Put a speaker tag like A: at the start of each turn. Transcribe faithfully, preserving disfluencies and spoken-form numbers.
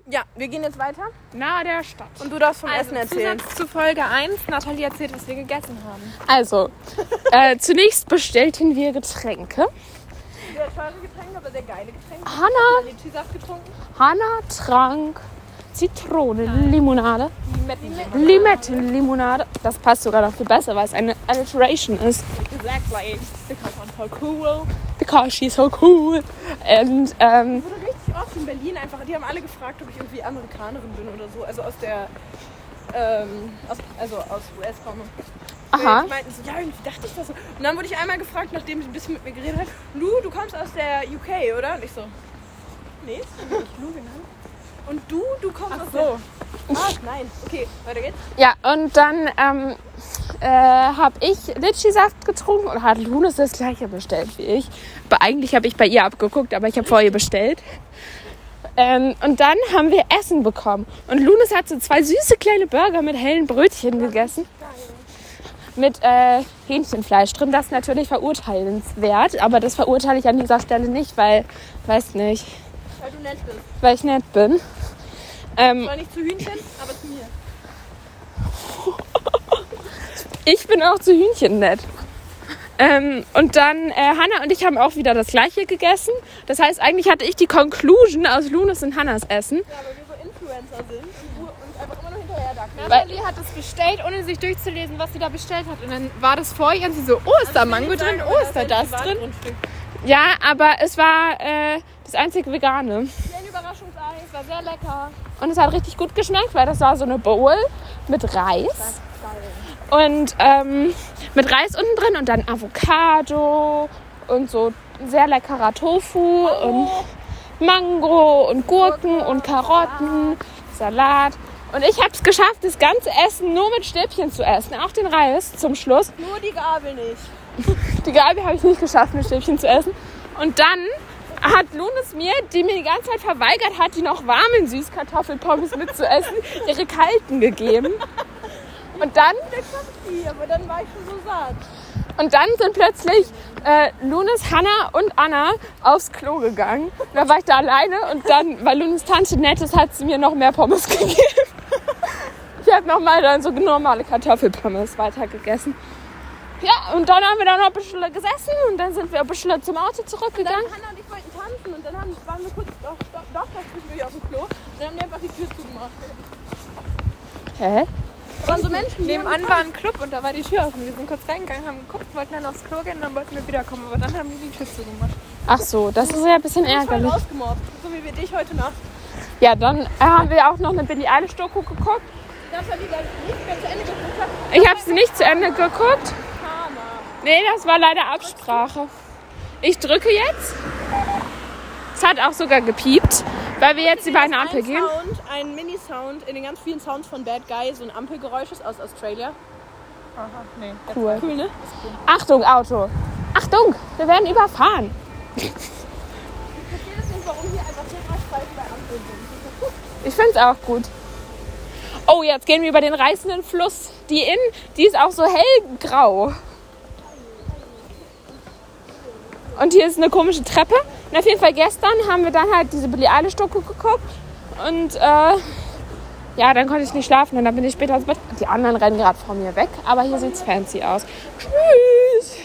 A: Ja, wir gehen jetzt weiter.
B: Nahe der Stadt.
A: Und du darfst vom
B: Also,
A: Essen erzählen.
B: Zusatz zu Folge eins. Nathalie erzählt, was wir gegessen haben.
C: Also, äh, zunächst bestellten wir Getränke.
A: Sehr teure Getränke, aber sehr geile Getränke.
C: Hanna,
A: Litchi-Saft getrunken.
C: Hanna trank Zitronenlimonade.
A: Limetten.
C: Limettenlimonade. Das passt sogar noch viel besser, weil es eine Alliteration ist.
A: Exactly. Because I'm so cool.
C: Because she's so cool. Und, ähm,
A: Ich wurde richtig oft in Berlin einfach, die haben alle gefragt, ob ich irgendwie Amerikanerin bin oder so. Also aus der, ähm, aus, also aus U S komme.
C: aha.
A: Die meinten so, ja, irgendwie dachte ich das so. Und dann wurde ich einmal gefragt, nachdem sie ein bisschen mit mir geredet hat, Lu, du kommst aus der U K, oder? Und ich so, nee, ist nicht Lu genannt. Und du, du kommst
B: Ach
A: aus
B: so.
A: der... Ah, nein. Okay, weiter geht's.
C: Ja, und dann ähm, äh, habe ich Litchi-Saft getrunken und hat Lunas das gleiche bestellt wie ich. Aber eigentlich habe ich bei ihr abgeguckt, aber ich habe vor ihr bestellt. Ähm, und dann haben wir Essen bekommen. Und Lunas hat so zwei süße kleine Burger mit hellen Brötchen gegessen. Mit äh, Hähnchenfleisch drin. Das ist natürlich verurteilenswert. Aber das verurteile ich an dieser Stelle nicht, weil, weiß nicht,
A: Weil du nett bist.
C: weil ich nett bin. Ähm,
A: Zwar nicht zu Hühnchen, aber zu mir.
C: Ich bin auch zu Hühnchen nett. Ähm, und dann, äh, Hannah und ich haben auch wieder das gleiche gegessen. Das heißt, eigentlich hatte ich die Conclusion aus Lunas und Hannas Essen.
A: Ja, weil wir so Influencer sind und, und einfach immer nur hinterher da.
B: Nathalie hat es bestellt, ohne sich durchzulesen, was sie da bestellt hat. Und dann war das vor ihr und sie so, oh, ist da Mango drin? Oh, ist da das drin?
C: Ja, aber es war äh, das einzige Vegane.
A: Ein Überraschungsei, es war sehr lecker.
C: Und es hat richtig gut geschmeckt, weil das war so eine Bowl mit Reis. Und ähm, mit Reis unten drin und dann Avocado und so sehr leckerer Tofu und Mango und Gurken und Karotten, Salat. Und ich habe es geschafft, das ganze Essen nur mit Stäbchen zu essen. Auch den Reis zum Schluss.
A: Nur die Gabel nicht.
C: Die Gabel habe ich nicht geschafft, mit Stäbchen zu essen. Und dann hat Lunas mir, die mir die ganze Zeit verweigert hat, die noch warmen Süßkartoffelpommes mitzuessen, ihre kalten gegeben. Und dann,
A: Die, aber dann war ich schon so satt.
C: und dann sind plötzlich äh, Lunas, Hannah und Anna aufs Klo gegangen. Und da war ich da alleine und dann, weil Lunas Tante nett ist, hat sie mir noch mehr Pommes gegeben. Ich habe nochmal dann so normale Kartoffelpommes weitergegessen. Ja, und dann haben wir da noch ein bisschen gesessen und dann sind wir ein bisschen zum Auto zurückgegangen.
A: Dann Hannah und ich wollten tanzen und dann haben, waren wir kurz doch, doch, doch zwischendurch auf dem Klo. Und dann haben die einfach die Tür zugemacht.
C: Hä?
A: Da waren so Menschen, die
B: Nebenan war ein Club und da war die Tür offen. Wir sind kurz reingegangen, haben geguckt, wollten dann aufs Klo gehen und dann wollten wir wiederkommen. Aber dann haben die die Tür zugemacht.
C: Ach so, das ist ja ein bisschen
A: voll
C: ärgerlich.
A: rausgemobbt. So wie wir dich heute Nacht.
C: Ja, dann äh, haben wir auch noch eine Billie Eilish Doku geguckt.
A: Das hat die gleich nicht mehr zu Ende geguckt. Hat.
C: Ich habe sie nicht zu Ende geguckt.
A: Karma.
C: Nee, das war leider Absprache. Ich drücke jetzt. Es hat auch sogar gepiept, weil wir jetzt über eine Ampel
A: ein
C: gehen.
A: Sound, ein Mini-Sound in den ganz vielen Sounds von Bad Guy, so ein Ampelgeräusch ist aus Australia.
B: Aha, nee.
C: Cool.
A: Cool, ne?
C: Achtung, Auto. Achtung, wir werden überfahren.
A: Ich verstehe das nicht, warum hier einfach Zebrastreifen bei Ampeln sind.
C: Ich finde es auch gut. Oh, jetzt gehen wir über den reißenden Fluss. Die Inn, die ist auch so hellgrau. Und hier ist eine komische Treppe. Und auf jeden Fall gestern haben wir dann halt diese Billie Eilish Doku geguckt. Und äh, ja, dann konnte ich nicht schlafen. Und dann bin ich später ins Bett. Die anderen rennen gerade vor mir weg. Aber hier sieht's fancy aus. Tschüss.